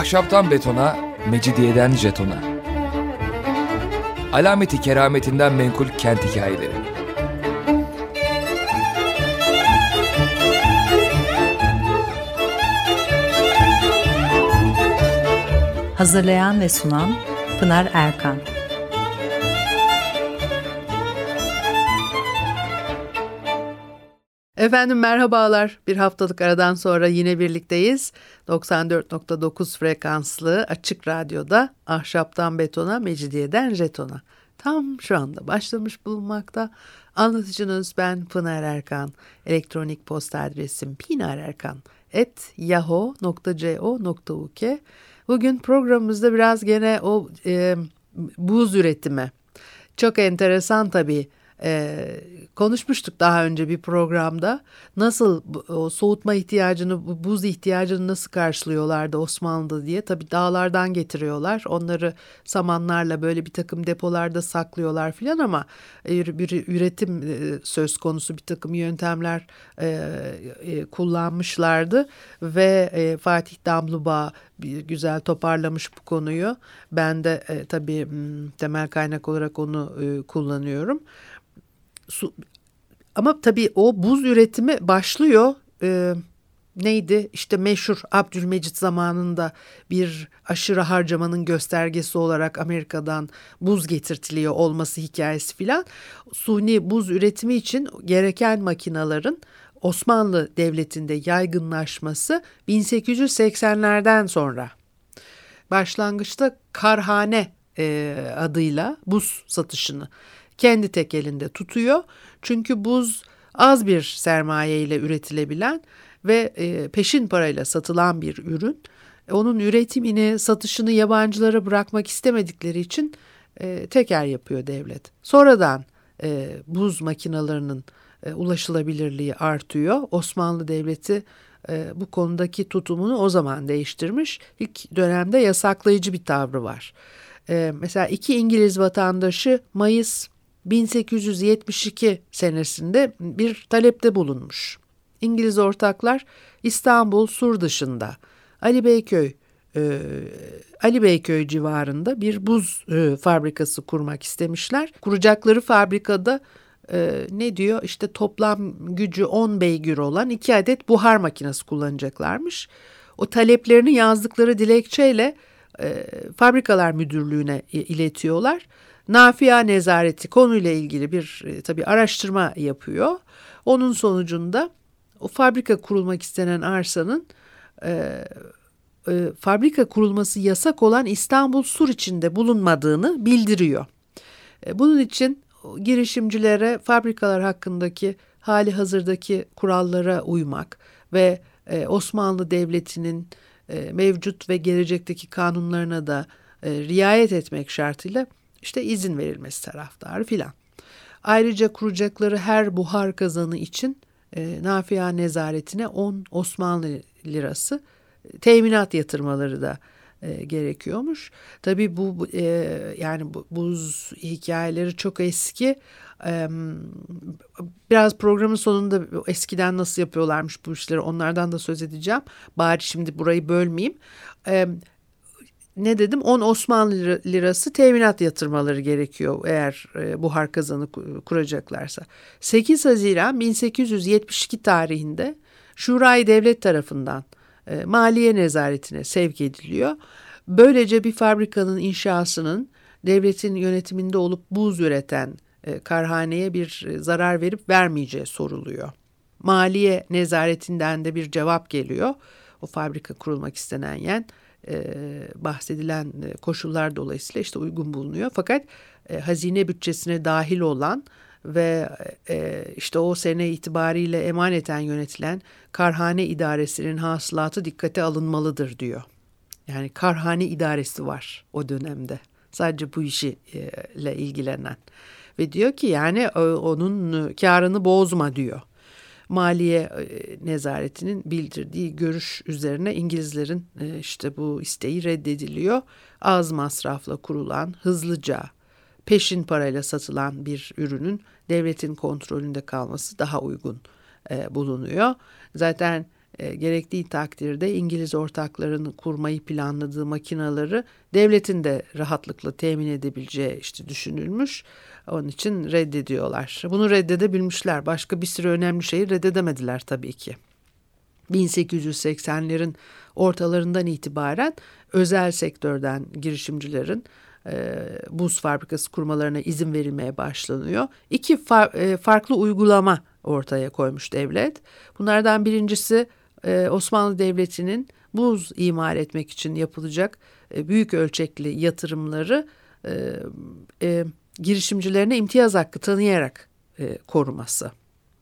Ahşaptan betona, mecidiyeden jetona. Alameti kerametinden menkul kent hikayeleri. Hazırlayan ve sunan Pınar Erkan. Efendim merhabalar. Bir haftalık aradan sonra yine birlikteyiz. 94.9 frekanslı Açık Radyo'da Ahşaptan Betona, Mecidiyeden Jeton'a. Tam şu anda başlamış bulunmakta. Anlatıcınız ben Pınar Erkan. Elektronik posta adresim pinarerkan@yahoo.co.uk. Bugün programımızda biraz gene o buz üretimi. Çok enteresan tabii. Konuşmuştuk daha önce bir programda nasıl o soğutma ihtiyacını, bu buz ihtiyacını nasıl karşılıyorlardı Osmanlı'da diye. Tabii dağlardan getiriyorlar, onları samanlarla böyle bir takım depolarda saklıyorlar filan ama bir üretim söz konusu, bir takım yöntemler kullanmışlardı ve Fatih Damlıbağ güzel toparlamış bu konuyu. Ben de tabii temel kaynak olarak onu kullanıyorum. Ama tabii o buz üretimi başlıyor. Neydi? İşte meşhur Abdülmecit zamanında bir aşırı harcamanın göstergesi olarak Amerika'dan buz getirtiliyor olması hikayesi filan. Suni buz üretimi için gereken makinaların Osmanlı Devleti'nde yaygınlaşması 1880'lerden sonra. Başlangıçta karhane adıyla buz satışını kendi tek elinde tutuyor. Çünkü buz az bir sermaye ile üretilebilen ve peşin parayla satılan bir ürün. Onun üretimini, satışını yabancılara bırakmak istemedikleri için tekel yapıyor devlet. Sonradan buz makinalarının ulaşılabilirliği artıyor. Osmanlı Devleti bu konudaki tutumunu o zaman değiştirmiş. İlk dönemde yasaklayıcı bir tavrı var. Mesela iki İngiliz vatandaşı Mayıs 1872 senesinde bir talepte bulunmuş. İngiliz ortaklar İstanbul Sur dışında Ali Beyköy civarında bir buz fabrikası kurmak istemişler. Kuracakları fabrikada ne diyor? İşte toplam gücü 10 beygir olan 2 adet buhar makinesi kullanacaklarmış. O taleplerini yazdıkları dilekçeyle Fabrikalar Müdürlüğü'ne iletiyorlar. Nafia Nezareti konuyla ilgili bir tabii araştırma yapıyor. Onun sonucunda o fabrika kurulmak istenen arsanın fabrika kurulması yasak olan İstanbul Sur içinde bulunmadığını bildiriyor. Bunun için girişimcilere fabrikalar hakkındaki hali hazırdaki kurallara uymak ve Osmanlı Devleti'nin mevcut ve gelecekteki kanunlarına da riayet etmek şartıyla işte izin verilmesi taraftarı filan. Ayrıca kuracakları her buhar kazanı için Nafia Nezaretine 10 Osmanlı lirası teminat yatırmaları da gerekiyormuş. Tabii bu yani bu buz hikayeleri çok eski. Biraz programın sonunda eskiden nasıl yapıyorlarmış bu işleri, onlardan da söz edeceğim. Bari şimdi burayı bölmeyeyim. Ne dedim? 10 Osmanlı lirası teminat yatırmaları gerekiyor eğer buhar kazanı kuracaklarsa. 8 Haziran 1872 tarihinde Şurayı Devlet tarafından Maliye Nezaretine sevk ediliyor. Böylece bir fabrikanın inşasının devletin yönetiminde olup buz üreten karhaneye bir zarar verip vermeyeceği soruluyor. Maliye Nezaretinden de bir cevap geliyor. O fabrika kurulmak istenen yer bahsedilen koşullar dolayısıyla işte uygun bulunuyor. Fakat hazine bütçesine dahil olan ve işte o sene itibariyle emaneten yönetilen Karhane İdaresi'nin hasılatı dikkate alınmalıdır diyor. Yani Karhane İdaresi var o dönemde. Sadece bu işle ilgilenen. Ve diyor ki yani onun karını bozma diyor. Maliye Nezaretinin bildirdiği görüş üzerine İngilizlerin işte bu isteği reddediliyor. Az masrafla kurulan, hızlıca, peşin parayla satılan bir ürünün devletin kontrolünde kalması daha uygun bulunuyor. Zaten gerektiği takdirde İngiliz ortaklarının kurmayı planladığı makinaları devletin de rahatlıkla temin edebileceği düşünülmüş. Onun için reddediyorlar. Bunu reddedebilmişler. Başka bir sürü önemli şeyi reddedemediler tabii ki. 1880'lerin ortalarından itibaren özel sektörden girişimcilerin buz fabrikası kurmalarına izin verilmeye başlanıyor. İki farklı uygulama ortaya koymuş devlet. Bunlardan birincisi Osmanlı Devleti'nin buz imal etmek için yapılacak büyük ölçekli yatırımları girişimcilerine imtiyaz hakkı tanıyarak koruması.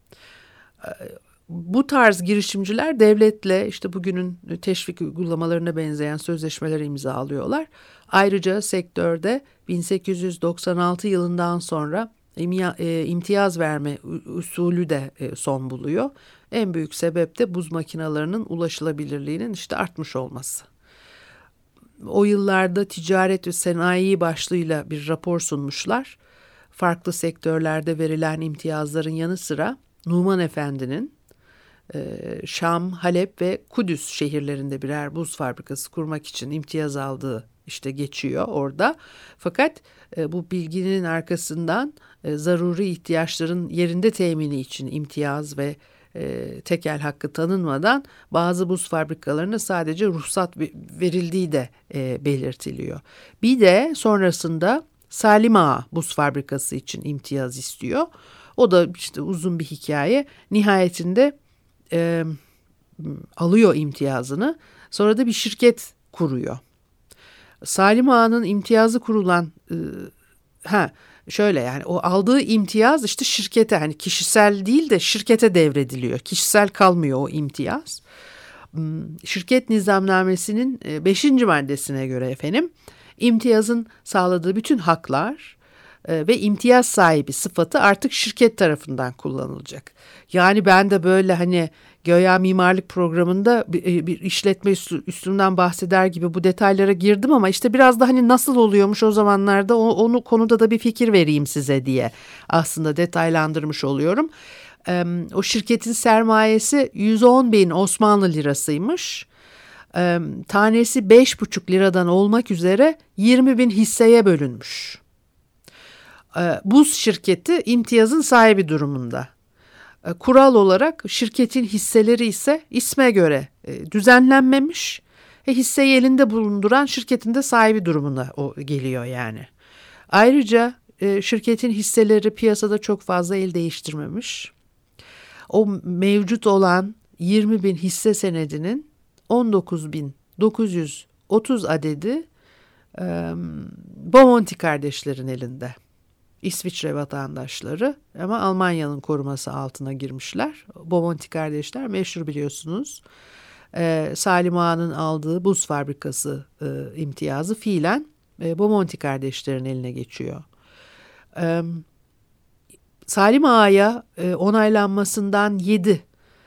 Bu tarz girişimciler devletle bugünün teşvik uygulamalarına benzeyen sözleşmeler imzalıyorlar. Ayrıca sektörde 1896 yılından sonra imtiyaz verme usulü de son buluyor. En büyük sebep de buz makinelerinin ulaşılabilirliğinin artmış olması. O yıllarda ticaret ve sanayi başlığıyla bir rapor sunmuşlar. Farklı sektörlerde verilen imtiyazların yanı sıra Numan Efendi'nin Şam, Halep ve Kudüs şehirlerinde birer buz fabrikası kurmak için imtiyaz aldığı geçiyor orada. Fakat bu bilginin arkasından zaruri ihtiyaçların yerinde temini için imtiyaz ve tekel hakkı tanınmadan bazı buz fabrikalarına sadece ruhsat verildiği de belirtiliyor. Bir de sonrasında Salim Ağa buz fabrikası için imtiyaz istiyor. O da uzun bir hikaye. Nihayetinde alıyor imtiyazını. Sonra da bir şirket kuruyor. Salim Ağa'nın imtiyazı kurulan o aldığı imtiyaz şirkete kişisel değil de şirkete devrediliyor. Kişisel kalmıyor o imtiyaz. Şirket nizamnamesinin 5. maddesine göre imtiyazın sağladığı bütün haklar ve imtiyaz sahibi sıfatı artık şirket tarafından kullanılacak. Yani ben de böyle Göya mimarlık programında bir işletme üstünden bahseder gibi bu detaylara girdim ama biraz da nasıl oluyormuş o zamanlarda onu konuda da bir fikir vereyim size diye aslında detaylandırmış oluyorum. O şirketin sermayesi 110.000 Osmanlı lirasıymış. Tanesi 5,5 liradan olmak üzere 20.000 hisseye bölünmüş. Buz şirketi imtiyazın sahibi durumunda. Kural olarak şirketin hisseleri ise isme göre düzenlenmemiş. Hisseyi elinde bulunduran şirketin de sahibi durumuna geliyor yani. Ayrıca şirketin hisseleri piyasada çok fazla el değiştirmemiş. O mevcut olan 20.000 hisse senedinin 19.930 adedi Bomonti kardeşlerin elinde. İsviçre vatandaşları ama Almanya'nın koruması altına girmişler. Bomonti kardeşler meşhur biliyorsunuz. Salim Ağa'nın aldığı buz fabrikası imtiyazı fiilen Bomonti kardeşlerin eline geçiyor. Salim Ağa'ya onaylanmasından 7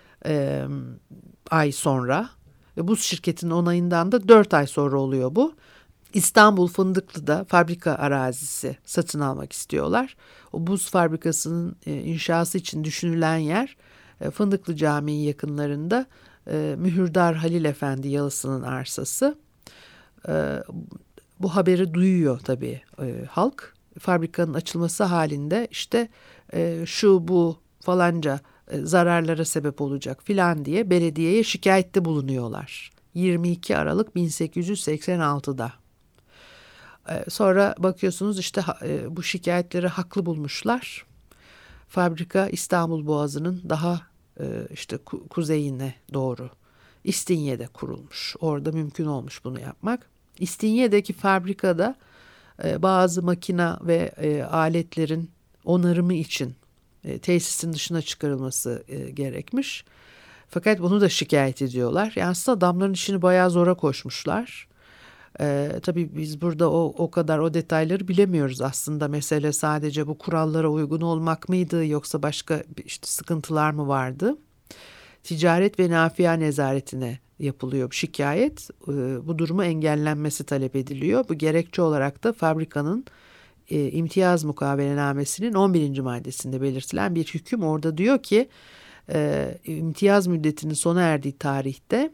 ay sonra, buz şirketinin onayından da 4 ay sonra oluyor bu. İstanbul Fındıklı'da fabrika arazisi satın almak istiyorlar. O buz fabrikasının inşası için düşünülen yer Fındıklı Camii yakınlarında Mühürdar Halil Efendi yalısının arsası. Bu haberi duyuyor tabii halk. Fabrikanın açılması halinde şu bu falanca zararlara sebep olacak filan diye belediyeye şikayette bulunuyorlar. 22 Aralık 1886'da. Sonra bakıyorsunuz bu şikayetleri haklı bulmuşlar. Fabrika İstanbul Boğazı'nın daha kuzeyine doğru İstinye'de kurulmuş. Orada mümkün olmuş bunu yapmak. İstinye'deki fabrikada bazı makina ve aletlerin onarımı için tesisin dışına çıkarılması gerekmiş. Fakat bunu da şikayet ediyorlar. Yani aslında adamların işini bayağı zora koşmuşlar. Tabii biz burada o kadar o detayları bilemiyoruz aslında. Mesele sadece bu kurallara uygun olmak mıydı yoksa başka sıkıntılar mı vardı? Ticaret ve Nafia Nezaretine yapılıyor şikayet. Bu durumu engellenmesi talep ediliyor. Bu gerekçe olarak da fabrikanın imtiyaz mukavelenamesinin 11. maddesinde belirtilen bir hüküm orada diyor ki imtiyaz müddetinin sona erdiği tarihte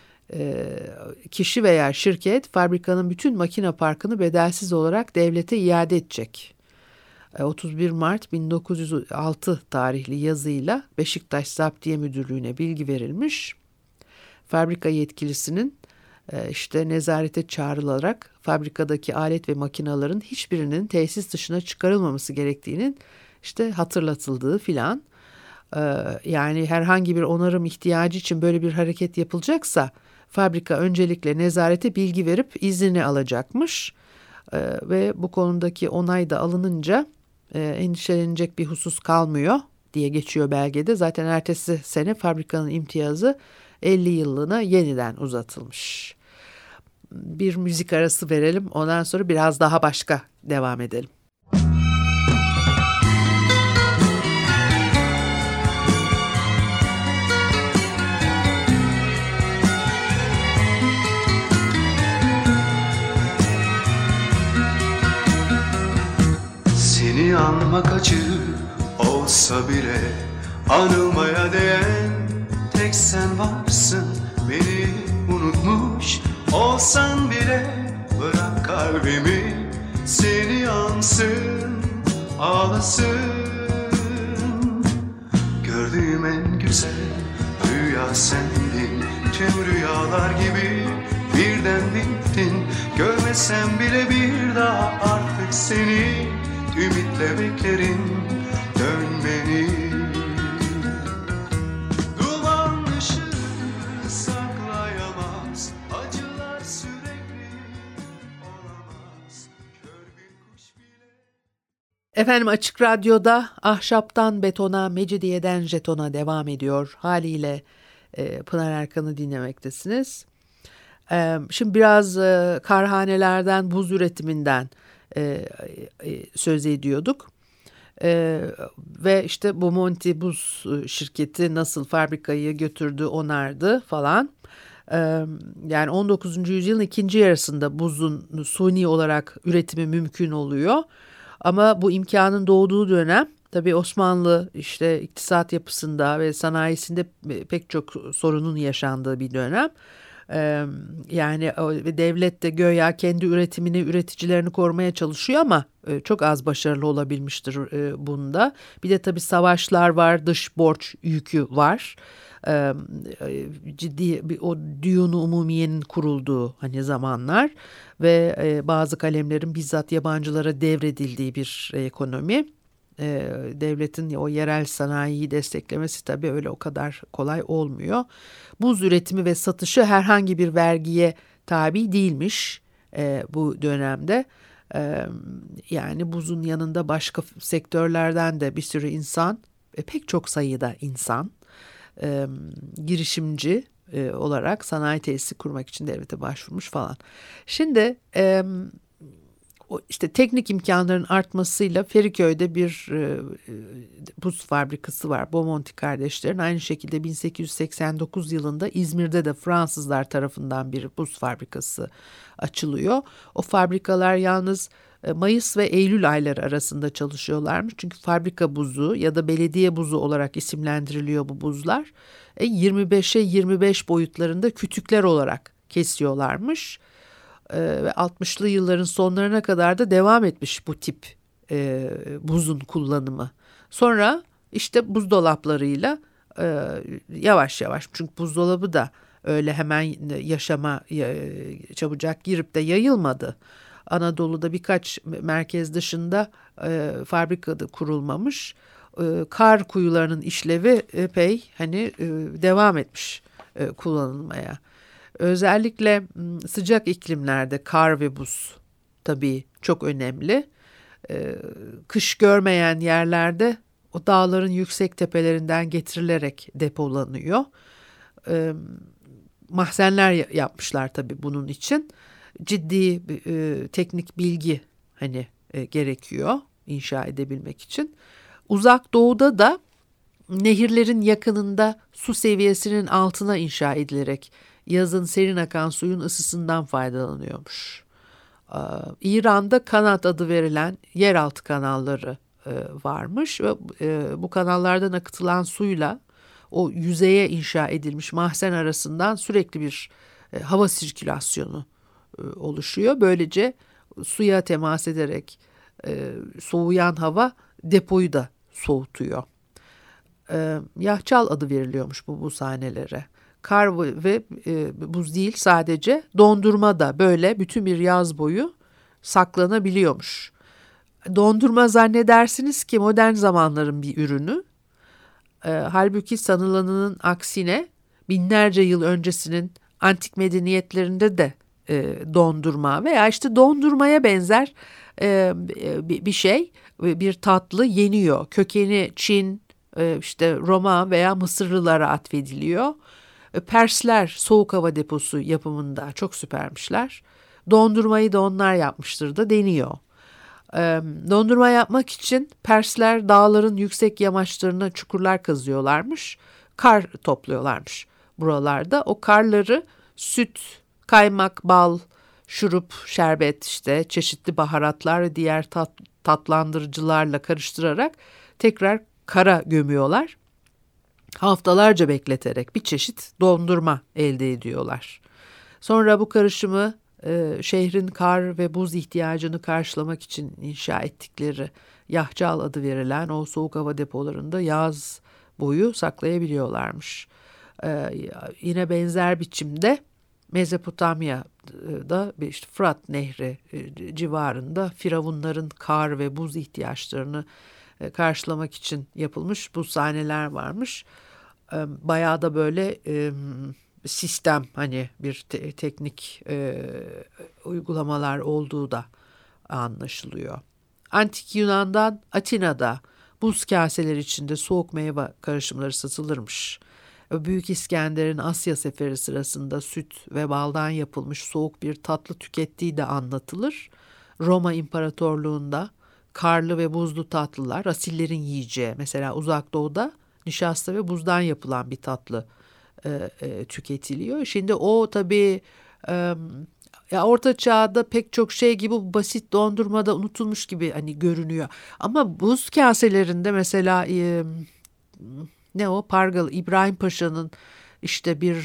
kişi veya şirket fabrikanın bütün makine parkını bedelsiz olarak devlete iade edecek. 31 Mart 1906 tarihli yazıyla Beşiktaş Zaptiye Müdürlüğü'ne bilgi verilmiş. Fabrika yetkilisinin işte nezarete çağrılarak fabrikadaki alet ve makinaların hiçbirinin tesis dışına çıkarılmaması gerektiğinin işte hatırlatıldığı filan. Yani herhangi bir onarım ihtiyacı için böyle bir hareket yapılacaksa fabrika öncelikle nezarete bilgi verip iznini alacakmış. Ve bu konudaki onay da alınınca endişelenecek bir husus kalmıyor diye geçiyor belgede. Zaten ertesi sene fabrikanın imtiyazı 50 yıllığına yeniden uzatılmış. Bir müzik arası verelim, ondan sonra biraz daha başka devam edelim. Seni anmak acı olsa bile anılmaya değen tek sen varsın. Beni unutmuş olsan bile bırak kalbimi seni yansın ağlasın. Gördüğüm en güzel rüya sendin, tüm rüyalar gibi birden bittin. Görmesem bile bir daha artık seni ümitle beklerim dönmeni. Duman ışığı saklayamaz, acılar sürekli olamaz. Kör bir kuş bile. Efendim, Açık Radyo'da Ahşaptan Betona, Mecidiyeden Jeton'a devam ediyor. Haliyle Pınar Erkan'ı dinlemektesiniz. Şimdi biraz karhanelerden, buz üretiminden söz ediyorduk. Ve işte Bomonti Buz şirketi nasıl fabrikayı götürdü, onardı falan. Yani 19. yüzyılın ikinci yarısında buzun suni olarak üretimi mümkün oluyor. Ama bu imkanın doğduğu dönem tabii Osmanlı işte iktisat yapısında ve sanayisinde pek çok sorunun yaşandığı bir dönem. Yani devlet de göya kendi üretimini, üreticilerini korumaya çalışıyor ama çok az başarılı olabilmiştir bunda. Bir de tabii savaşlar var, dış borç yükü var. Ciddi o Düyun-u Umumiye'nin kurulduğu hani zamanlar ve bazı kalemlerin bizzat yabancılara devredildiği bir ekonomi. Devletin o yerel sanayiyi desteklemesi tabii öyle o kadar kolay olmuyor. Buz üretimi ve satışı herhangi bir vergiye tabi değilmiş bu dönemde. Yani buzun yanında başka sektörlerden de bir sürü insan, pek çok sayıda insan girişimci olarak sanayi tesisi kurmak için devlete başvurmuş falan. Şimdi işte teknik imkanların artmasıyla Feriköy'de bir buz fabrikası var. Bomonti kardeşlerin. Aynı şekilde 1889 yılında İzmir'de de Fransızlar tarafından bir buz fabrikası açılıyor. O fabrikalar yalnız Mayıs ve Eylül ayları arasında çalışıyorlarmış. Çünkü fabrika buzu ya da belediye buzu olarak isimlendiriliyor bu buzlar. 25'e 25 boyutlarında kütükler olarak kesiyorlarmış. Ve 60'lı yılların sonlarına kadar da devam etmiş bu tip buzun kullanımı. Sonra işte buzdolaplarıyla yavaş yavaş, çünkü buzdolabı da öyle hemen yaşama çabucak girip de yayılmadı. Anadolu'da birkaç merkez dışında fabrikada kurulmamış. Kar kuyularının işlevi epey hani devam etmiş kullanılmaya. Özellikle sıcak iklimlerde kar ve buz tabii çok önemli. Kış görmeyen yerlerde o dağların yüksek tepelerinden getirilerek depolanıyor. Mahzenler yapmışlar tabii bunun için. Ciddi teknik bilgi hani gerekiyor inşa edebilmek için. Uzak Doğu'da da nehirlerin yakınında su seviyesinin altına inşa edilerek yazın serin akan suyun ısısından faydalanıyormuş. İran'da kanat adı verilen yeraltı kanalları varmış ve bu kanallardan akıtılan suyla o yüzeye inşa edilmiş mahzen arasından sürekli bir hava sirkülasyonu oluşuyor. Böylece suya temas ederek soğuyan hava depoyu da soğutuyor. Yahçal adı veriliyormuş bu buzhanelere. Kar ve buz değil, sadece dondurma da böyle bütün bir yaz boyu saklanabiliyormuş. Dondurma zannedersiniz ki modern zamanların bir ürünü. Halbuki sanılanının aksine binlerce yıl öncesinin antik medeniyetlerinde de dondurma veya işte dondurmaya benzer bir şey, bir tatlı yeniyor. Kökeni Çin, işte Roma veya Mısırlılara atfediliyor. Persler soğuk hava deposu yapımında çok süpermişler. Dondurmayı da onlar yapmıştır da deniyor. Dondurma yapmak için Persler dağların yüksek yamaçlarına çukurlar kazıyorlarmış. Kar topluyorlarmış buralarda. O karları süt, kaymak, bal, şurup, şerbet, işte çeşitli baharatlar ve diğer tatlandırıcılarla karıştırarak tekrar kara gömüyorlar. Haftalarca bekleterek bir çeşit dondurma elde ediyorlar. Sonra bu karışımı şehrin kar ve buz ihtiyacını karşılamak için inşa ettikleri Yahçal adı verilen o soğuk hava depolarında yaz boyu saklayabiliyorlarmış. Yine benzer biçimde Mezopotamya'da işte Fırat Nehri civarında firavunların kar ve buz ihtiyaçlarını karşılamak için yapılmış buzhaneler varmış. Bayağı da böyle sistem, hani bir teknik uygulamalar olduğu da anlaşılıyor. Antik Yunan'dan Atina'da buz kaseler içinde soğuk meyve karışımları satılırmış. Büyük İskender'in Asya seferi sırasında süt ve baldan yapılmış soğuk bir tatlı tükettiği de anlatılır. Roma İmparatorluğu'nda karlı ve buzlu tatlılar asillerin yiyeceği, mesela Uzak Doğu'da nişasta ve buzdan yapılan bir tatlı tüketiliyor. Şimdi o tabii ya Orta Çağ'da pek çok şey gibi bu basit dondurmada unutulmuş gibi hani görünüyor. Ama buz kaselerinde mesela ne o Pargalı İbrahim Paşa'nın işte bir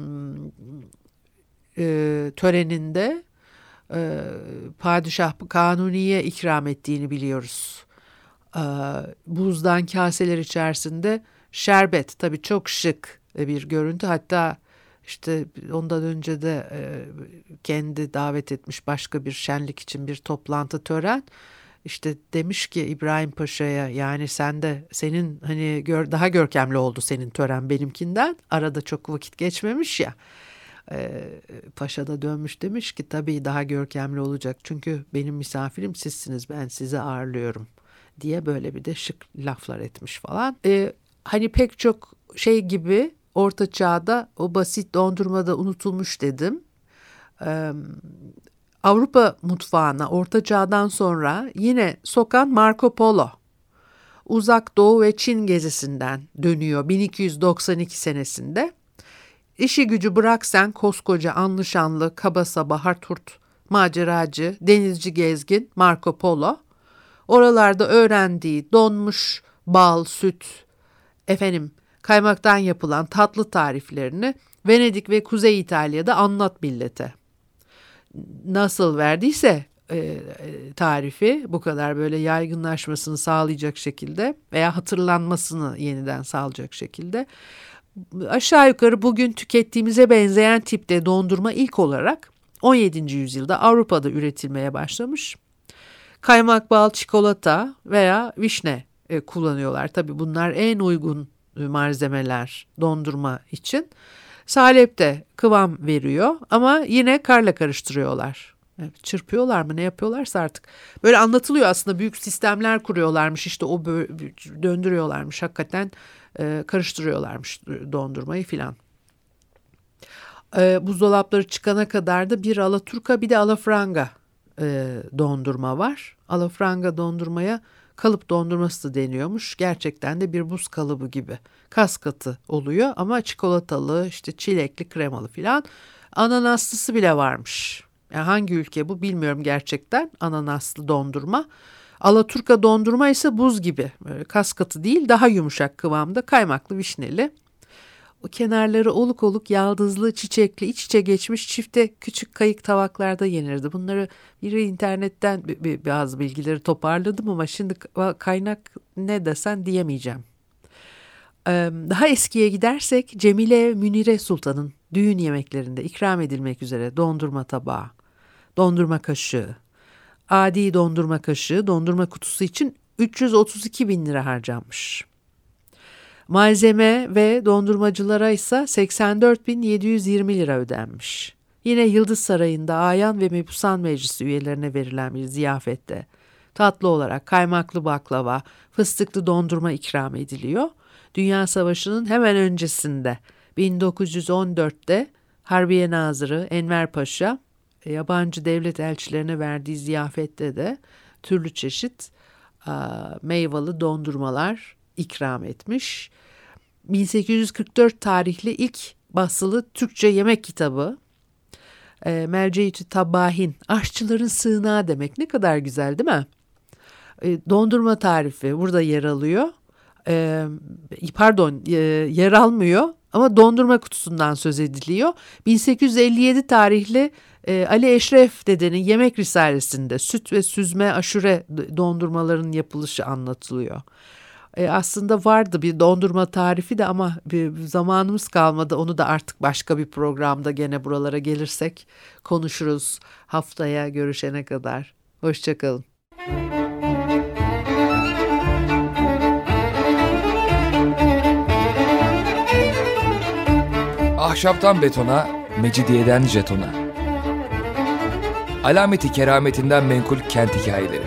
töreninde padişah Kanuni'ye ikram ettiğini biliyoruz. Buzdan kaseler içerisinde şerbet, tabii çok şık bir görüntü. Hatta işte ondan önce de kendi davet etmiş başka bir şenlik için bir toplantı, tören. İşte demiş ki İbrahim Paşa'ya, yani senin hani daha görkemli oldu senin tören benimkinden. Arada çok vakit geçmemiş ya. Paşa da dönmüş demiş ki tabii daha görkemli olacak. Çünkü benim misafirim sizsiniz, ben sizi ağırlıyorum diye böyle bir de şık laflar etmiş falan. Hani pek çok şey gibi Orta Çağ'da o basit dondurmada unutulmuş dedim. Avrupa mutfağına Orta Çağ'dan sonra yine sokan Marco Polo. Uzak Doğu ve Çin gezisinden dönüyor 1292 senesinde. İşi gücü bırak sen koskoca anlı şanlı kaba saba harthurt maceracı, denizci gezgin Marco Polo. Oralarda öğrendiği donmuş bal, süt, kaymaktan yapılan tatlı tariflerini Venedik ve Kuzey İtalya'da anlat millete. Nasıl verdiyse tarifi bu kadar böyle yaygınlaşmasını sağlayacak şekilde veya hatırlanmasını yeniden sağlayacak şekilde aşağı yukarı bugün tükettiğimize benzeyen tipte dondurma ilk olarak 17. yüzyılda Avrupa'da üretilmeye başlamış. Kaymak, bal, çikolata veya vişne kullanıyorlar. Tabii bunlar en uygun malzemeler dondurma için. Salep de kıvam veriyor ama yine karla karıştırıyorlar. Çırpıyorlar mı ne yapıyorlarsa artık. Böyle anlatılıyor aslında, büyük sistemler kuruyorlarmış, işte o döndürüyorlarmış hakikaten, karıştırıyorlarmış dondurmayı filan. Buzdolapları çıkana kadar da bir alaturka bir de alafranga dondurma var. Alafranga dondurmaya kalıp dondurması da deniyormuş. Gerçekten de bir buz kalıbı gibi kas katı oluyor ama çikolatalı, işte çilekli, kremalı filan. Ananaslısı bile varmış. Yani hangi ülke bu bilmiyorum gerçekten, ananaslı dondurma. Alaturka dondurma ise buz gibi, kas katı değil, daha yumuşak kıvamda, kaymaklı, vişneli. O kenarları oluk oluk yaldızlı, çiçekli, iç içe geçmiş çifte küçük kayık tabaklarda yenirdi. Bunları biri internetten bazı bilgileri toparladım ama şimdi kaynak ne desen diyemeyeceğim. Daha eskiye gidersek Cemile Münire Sultan'ın düğün yemeklerinde ikram edilmek üzere dondurma tabağı, dondurma kaşığı, adi dondurma kaşığı, dondurma kutusu için 332 bin lira harcanmış. Malzeme ve dondurmacılara ise 84.720 lira ödenmiş. Yine Yıldız Sarayı'nda Ayan ve Mebusan Meclisi üyelerine verilen bir ziyafette tatlı olarak kaymaklı baklava, fıstıklı dondurma ikram ediliyor. Dünya Savaşı'nın hemen öncesinde 1914'te Harbiye Nazırı Enver Paşa yabancı devlet elçilerine verdiği ziyafette de türlü çeşit meyveli dondurmalar ikram etmiş. 1844 tarihli ilk basılı Türkçe yemek kitabı Merceği Tabbahin, aşçıların sığınağı demek, ne kadar güzel değil mi? Dondurma tarifi burada yer alıyor. Yer almıyor ama dondurma kutusundan söz ediliyor. 1857 tarihli Ali Eşref dedenin Yemek Risalesi'nde süt ve süzme aşure dondurmaların yapılışı anlatılıyor. Aslında vardı bir dondurma tarifi de ama zamanımız kalmadı. Onu da artık başka bir programda gene buralara gelirsek konuşuruz. Haftaya görüşene kadar. Hoşçakalın. Ahşaptan betona, mecidiyeden jetona. Alameti kerametinden menkul kent hikayeleri.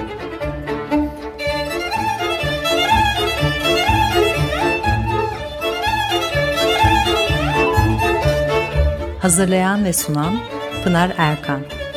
Hazırlayan ve sunan Pınar Erkan.